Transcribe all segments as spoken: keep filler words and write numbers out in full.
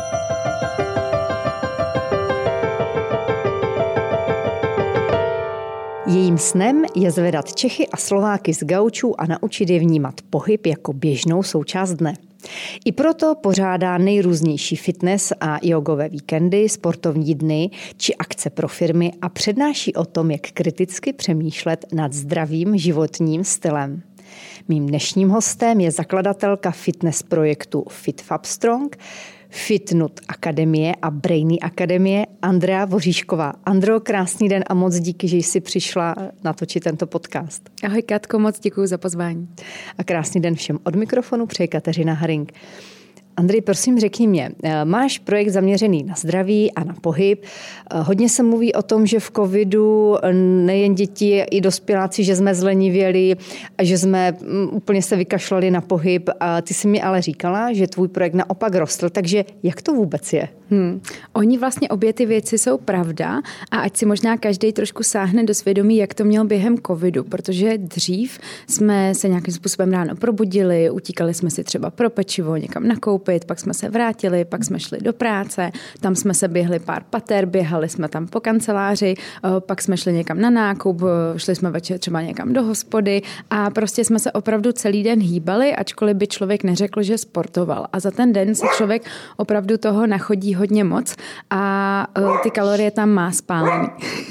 Jejím snem je zvedat Čechy a Slováky z gaučů a naučit je vnímat pohyb jako běžnou součást dne. I proto pořádá nejrůznější fitness a jogové víkendy, sportovní dny či akce pro firmy a přednáší o tom, jak kriticky přemýšlet nad zdravým životním stylem. Mým dnešním hostem je zakladatelka fitness projektu FitFabStrong, Fitnut Akademie a Brainy Akademie Andrea Voříšková. Andro, krásný den a moc díky, že jsi přišla natočit tento podcast. Ahoj Katko, moc děkuji za pozvání. A krásný den všem od mikrofonu přeje Kateřina Haring. Andrej, prosím, řekni mě, máš projekt zaměřený na zdraví a na pohyb. Hodně se mluví o tom, že v covidu nejen děti, i dospěláci, že jsme zlenivěli a že jsme úplně se vykašlali na pohyb. A ty jsi mi ale říkala, že tvůj projekt naopak rostl, takže jak to vůbec je? Hmm. Oni vlastně obě ty věci jsou pravda a ať si možná každý trošku sáhne do svědomí, jak to měl během covidu, protože dřív jsme se nějakým způsobem ráno probudili, utíkali jsme si třeba pro pečivo, někam nakoupit, pak jsme se vrátili, pak jsme šli do práce, tam jsme se běhli pár pater, běhali jsme tam po kanceláři, pak jsme šli někam na nákup, šli jsme večer třeba někam do hospody a prostě jsme se opravdu celý den hýbali, ačkoliv by člověk neřekl, že sportoval. A za ten den se člověk opravdu toho nachodí hodně moc a uh, ty kalorie tam má spálený.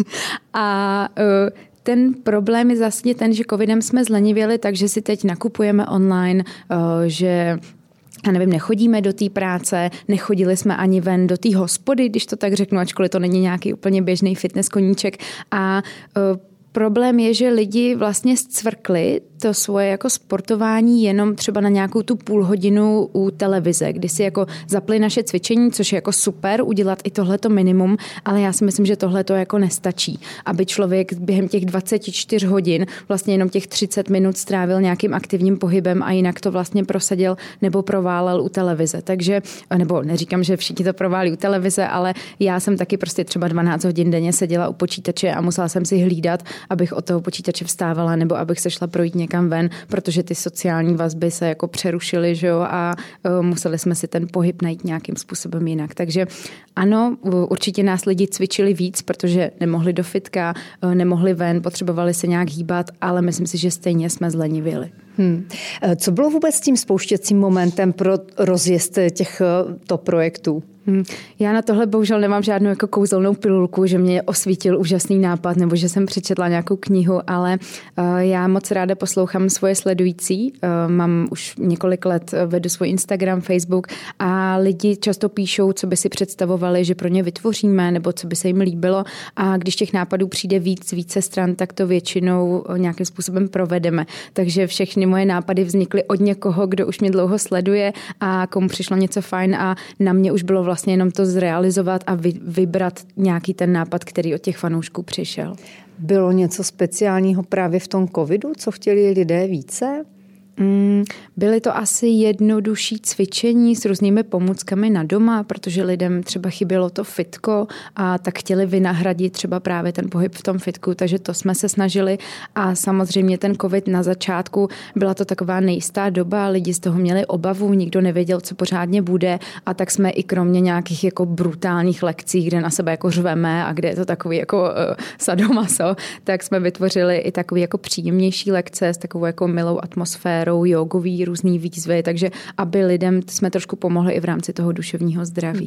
a uh, ten problém je vlastně ten, že covidem jsme zlenivěli, takže si teď nakupujeme online, uh, že já nevím, nechodíme do té práce, nechodili jsme ani ven do té hospody, když to tak řeknu, ačkoliv to není nějaký úplně běžný fitness koníček. A uh, problém je, že lidi vlastně zcvrkli to svoje jako sportování jenom třeba na nějakou tu půl hodinu u televize, kdy si jako zapli naše cvičení, což je jako super, udělat i tohleto minimum, ale já si myslím, že tohleto jako nestačí, aby člověk během těch dvacet čtyři hodin vlastně jenom těch třicet minut strávil nějakým aktivním pohybem a jinak to vlastně prosadil nebo proválel u televize. Takže, nebo neříkám, že všichni to proválí u televize, ale já jsem taky prostě třeba dvanáct hodin denně seděla u počítače a musela jsem si hlídat, abych od toho počítače vstávala nebo abych se šla projít někam ven, protože ty sociální vazby se jako přerušily, že jo, a uh, museli jsme si ten pohyb najít nějakým způsobem jinak. Takže ano, určitě nás lidi cvičili víc, protože nemohli do fitka, uh, nemohli ven, potřebovali se nějak hýbat, ale myslím si, že stejně jsme zlenivěli. Hmm. Co bylo vůbec tím spouštěcím momentem pro rozjezd těchto projektů? Hmm. Já na tohle bohužel nemám žádnou jako kouzelnou pilulku, že mě osvítil úžasný nápad nebo že jsem přečetla nějakou knihu, ale uh, já moc ráda poslouchám svoje sledující. Uh, mám už několik let, vedu svůj Instagram, Facebook a lidi často píšou, co by si představovali, že pro ně vytvoříme nebo co by se jim líbilo a když těch nápadů přijde víc, více stran, tak to většinou nějakým způsobem provedeme. Takže všechny moje nápady vznikly od někoho, kdo už mě dlouho sleduje a komu přišlo něco fajn a na mě už bylo vlastně jenom to zrealizovat a vy, vybrat nějaký ten nápad, který od těch fanoušků přišel. Bylo něco speciálního právě v tom covidu, co chtěli lidé více? Mm, byly to asi jednodušší cvičení s různými pomůckami na doma, protože lidem třeba chybělo to fitko a tak chtěli vynahradit třeba právě ten pohyb v tom fitku, takže to jsme se snažili a samozřejmě ten covid na začátku byla to taková nejistá doba, lidi z toho měli obavu, nikdo nevěděl, co pořádně bude a tak jsme i kromě nějakých jako brutálních lekcí, kde na sebe jako řveme a kde je to takový jako uh, sadomaso, tak jsme vytvořili i takový jako příjemnější lekce s takovou jako milou atmosférou, jogový, různý výzvy, takže aby lidem jsme trošku pomohli i v rámci toho duševního zdraví.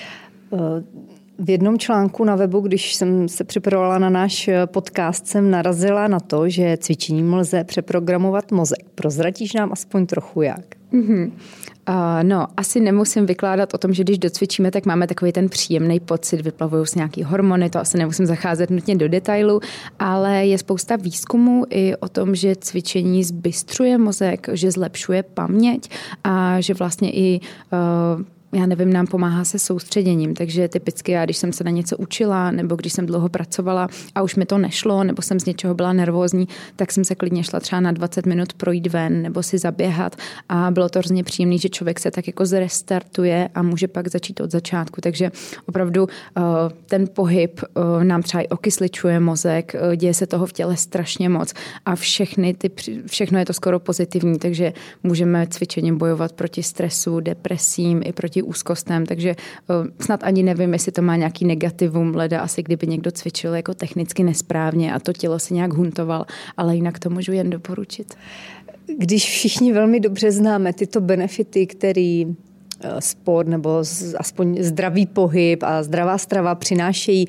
V jednom článku na webu, když jsem se připravovala na náš podcast, jsem narazila na to, že cvičením lze přeprogramovat mozek. Prozradíš nám aspoň trochu jak? Mm-hmm. Uh, no, asi nemusím vykládat o tom, že když docvičíme, tak máme takový ten příjemný pocit, vyplavují se nějaký hormony, to asi nemusím zacházet nutně do detailu, ale je spousta výzkumů i o tom, že cvičení zbystřuje mozek, že zlepšuje paměť a že vlastně i uh, já nevím, nám pomáhá se soustředěním, takže typicky já, když jsem se na něco učila, nebo když jsem dlouho pracovala a už mi to nešlo, nebo jsem z něčeho byla nervózní, tak jsem se klidně šla třeba na dvacet minut projít ven, nebo si zaběhat a bylo to hrozně příjemné, že člověk se tak jako zrestartuje a může pak začít od začátku, takže opravdu ten pohyb nám třeba i okysličuje mozek, děje se toho v těle strašně moc a všechny ty, všechno je to skoro pozitivní, takže můžeme cvičením bojovat proti stresu, depresím i proti úzkostem, takže snad ani nevím, jestli to má nějaký negativum, leda asi kdyby někdo cvičil jako technicky nesprávně a to tělo se nějak huntoval, ale jinak to můžu jen doporučit. Když všichni velmi dobře známe tyto benefity, který sport nebo aspoň zdravý pohyb a zdravá strava přinášejí,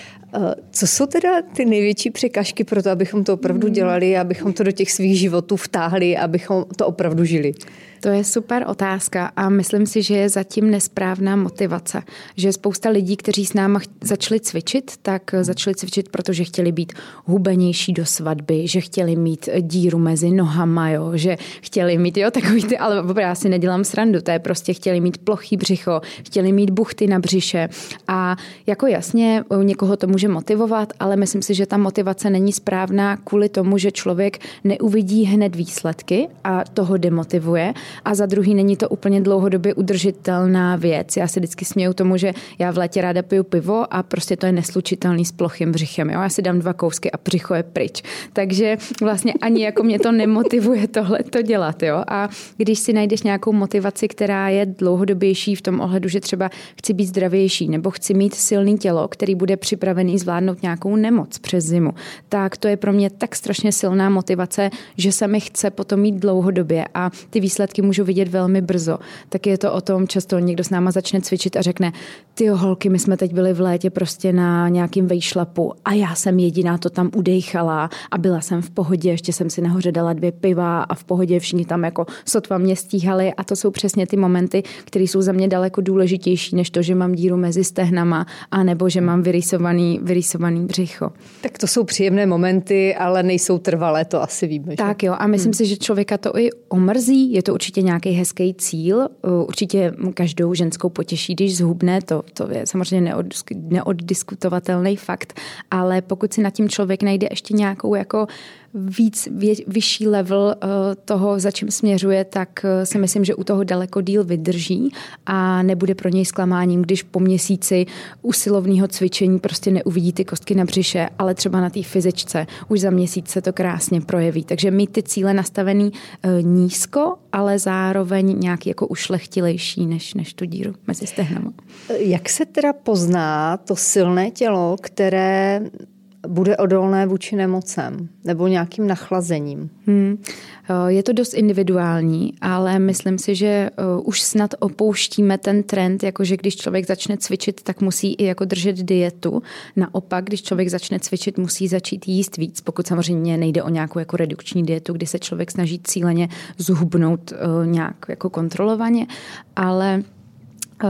co jsou teda ty největší překážky pro to, abychom to opravdu dělali, abychom to do těch svých životů vtáhli, abychom to opravdu žili? To je super otázka a myslím si, že je zatím nesprávná motivace. Že spousta lidí, kteří s náma začali cvičit, tak začali cvičit, protože chtěli být hubenější do svatby, že chtěli mít díru mezi nohama, jo, že chtěli mít, jo, takový ty, ale já si nedělám srandu, to je prostě chtěli mít plochý břicho, chtěli mít buchty na břiše a jako jasně někoho to může motivovat, ale myslím si, že ta motivace není správná kvůli tomu, že člověk neuvidí hned výsledky a toho demotivuje. A za druhý není to úplně dlouhodobě udržitelná věc. Já se vždycky směju tomu, že já v létě ráda piju pivo a prostě to je neslučitelný s plochým břichem. Jo? Já si dám dva kousky a břicho je pryč. Takže vlastně ani jako mě to nemotivuje tohle to dělat. Jo? A když si najdeš nějakou motivaci, která je dlouhodobější v tom ohledu, že třeba chci být zdravější nebo chci mít silný tělo, který bude připravený zvládnout nějakou nemoc přes zimu, tak to je pro mě tak strašně silná motivace, že se mi chce potom mít dlouhodobě a ty výsledky můžu vidět velmi brzo. Tak je to o tom, často někdo s náma začne cvičit a řekne, tyjo holky, my jsme teď byli v létě prostě na nějakým vejšlapu a já jsem jediná to tam udejchala a byla jsem v pohodě, ještě jsem si nahoře dala dvě piva a v pohodě všichni tam jako sotva mě stíhali a to jsou přesně ty momenty, které jsou za mě daleko důležitější, než to, že mám díru mezi stehnama a nebo že mám vyrýsovaný, vyrýsovaný břicho. Tak to jsou příjemné momenty, ale nejsou trvalé, to asi víme. Tak jo, a myslím hmm. si, že člověka to i omrzí, je to určitě nějaký hezký cíl, určitě každou ženskou potěší, když zhubne, to, to je samozřejmě neoddiskutovatelný fakt, ale pokud si nad tím člověk najde ještě nějakou jako víc, vě, vyšší level uh, toho, za čím směřuje, tak uh, si myslím, že u toho daleko díl vydrží a nebude pro něj zklamáním, když po měsíci usilovného cvičení prostě neuvidí ty kostky na břiše, ale třeba na té fyzičce už za měsíc se to krásně projeví. Takže mít ty cíle nastavený uh, nízko, ale zároveň nějaký jako ušlechtilejší než, než tu díru mezi stehnama. Jak se teda pozná to silné tělo, které bude odolné vůči nemocem nebo nějakým nachlazením? Hmm. Je to dost individuální, ale myslím si, že už snad opouštíme ten trend, jakože když člověk začne cvičit, tak musí i jako držet dietu. Naopak, když člověk začne cvičit, musí začít jíst víc, pokud samozřejmě nejde o nějakou jako redukční dietu, kdy se člověk snaží cíleně zhubnout nějak jako kontrolovaně, ale uh,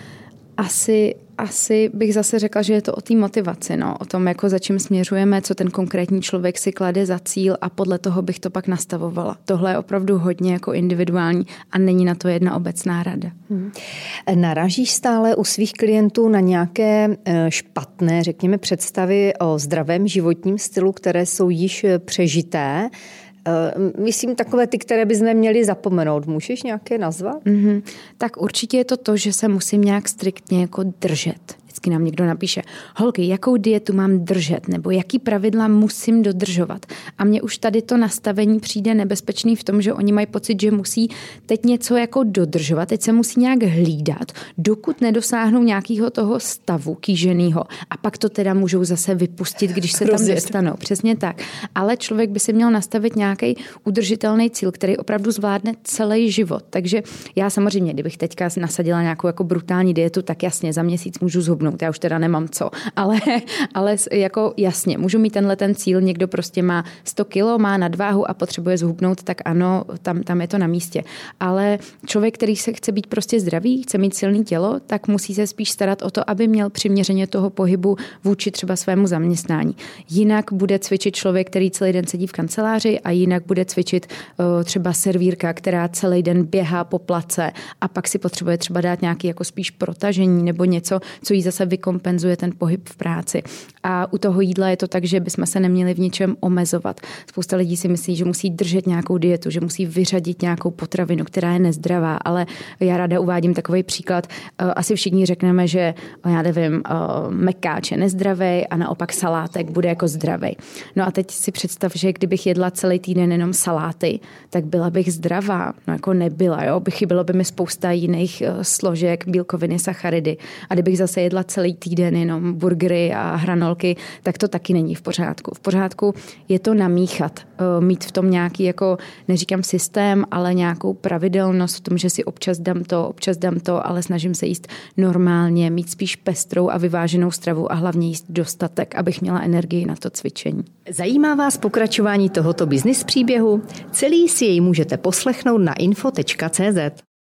asi Asi bych zase řekla, že je to o té motivaci, no, o tom, jako za čím směřujeme, co ten konkrétní člověk si klade za cíl a podle toho bych to pak nastavovala. Tohle je opravdu hodně jako individuální a není na to jedna obecná rada. Hmm. Narážíš stále u svých klientů na nějaké špatné, řekněme, představy o zdravém životním stylu, které jsou již přežité? Myslím takové ty, které bys neměli zapomenout. Můžeš nějaké nazvat? Mm-hmm. Tak určitě je to to, že se musím nějak striktně jako držet. Vždycky nám někdo napíše, holky, jakou dietu mám držet, nebo jaký pravidla musím dodržovat. A mně už tady to nastavení přijde nebezpečný v tom, že oni mají pocit, že musí teď něco jako dodržovat, teď se musí nějak hlídat, dokud nedosáhnou nějakého toho stavu kýženého. A pak to teda můžou zase vypustit, když se tam dostanou. Přesně tak. Ale člověk by si měl nastavit nějaký udržitelný cíl, který opravdu zvládne celý život. Takže já samozřejmě, kdybych teďka nasadila nějakou jako brutální dietu, tak jasně za měsíc můžu zhubnout. Já už teda nemám co, ale, ale jako jasně, můžu mít tenhle ten cíl, někdo prostě má sto kilo, má nadváhu a potřebuje zhubnout, tak ano, tam, tam je to na místě. Ale člověk, který se chce být prostě zdravý, chce mít silné tělo, tak musí se spíš starat o to, aby měl přiměřeně toho pohybu vůči třeba svému zaměstnání. Jinak bude cvičit člověk, který celý den sedí v kanceláři a jinak bude cvičit uh, třeba servírka, která celý den běhá po place a pak si potřebuje třeba dát nějaký jako spíš protažení nebo něco, co jí zase zase vykompenzuje ten pohyb v práci. A u toho jídla je to tak, že bychom se neměli v ničem omezovat. Spousta lidí si myslí, že musí držet nějakou dietu, že musí vyřadit nějakou potravinu, která je nezdravá, ale já ráda uvádím takový příklad. Asi všichni řekneme, že já nevím, mekáč je nezdravý a naopak salátek bude jako zdravý. No a teď si představ, že kdybych jedla celý týden jenom saláty, tak byla bych zdravá. No jako nebyla, jo. Chybilo by mi spousta jiných složek, bílkoviny, sacharidy. A kdybych zase jedla celý týden jenom burgery a hranolky, tak to taky není v pořádku. V pořádku je to namíchat, mít v tom nějaký, jako neříkám systém, ale nějakou pravidelnost v tom, že si občas dám to, občas dám to, ale snažím se jíst normálně, mít spíš pestrou a vyváženou stravu a hlavně jíst dostatek, abych měla energii na to cvičení. Zajímá vás pokračování tohoto business příběhu? Celý si jej můžete poslechnout na info tečka cé zet.